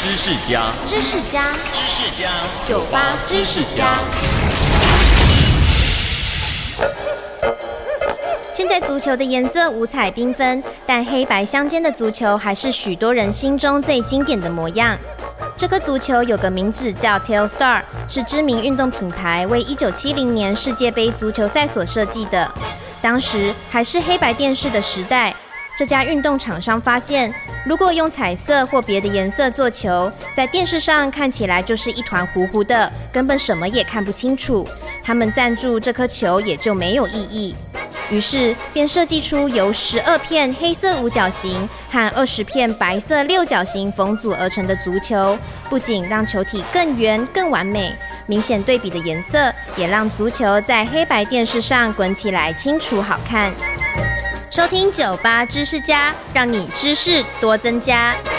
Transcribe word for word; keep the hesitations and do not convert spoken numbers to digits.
知识家， 知识家， 知识家， 酒吧知识家。现在足球的颜色五彩缤纷，但黑白相间的足球还是许多人心中最经典的模样。这颗足球有个名字叫 Telstar， 是知名运动品牌为一九七零年世界杯足球赛所设计的。当时还是黑白电视的时代，这家运动厂商发现，如果用彩色或别的颜色做球，在电视上看起来就是一团糊糊的，根本什么也看不清楚。他们赞助这颗球也就没有意义。于是便设计出由十二片黑色五角形和二十片白色六角形缝组而成的足球，不仅让球体更圆更完美，明显对比的颜色也让足球在黑白电视上滚起来清楚好看。收听酒吧知识家，让你知识多增加。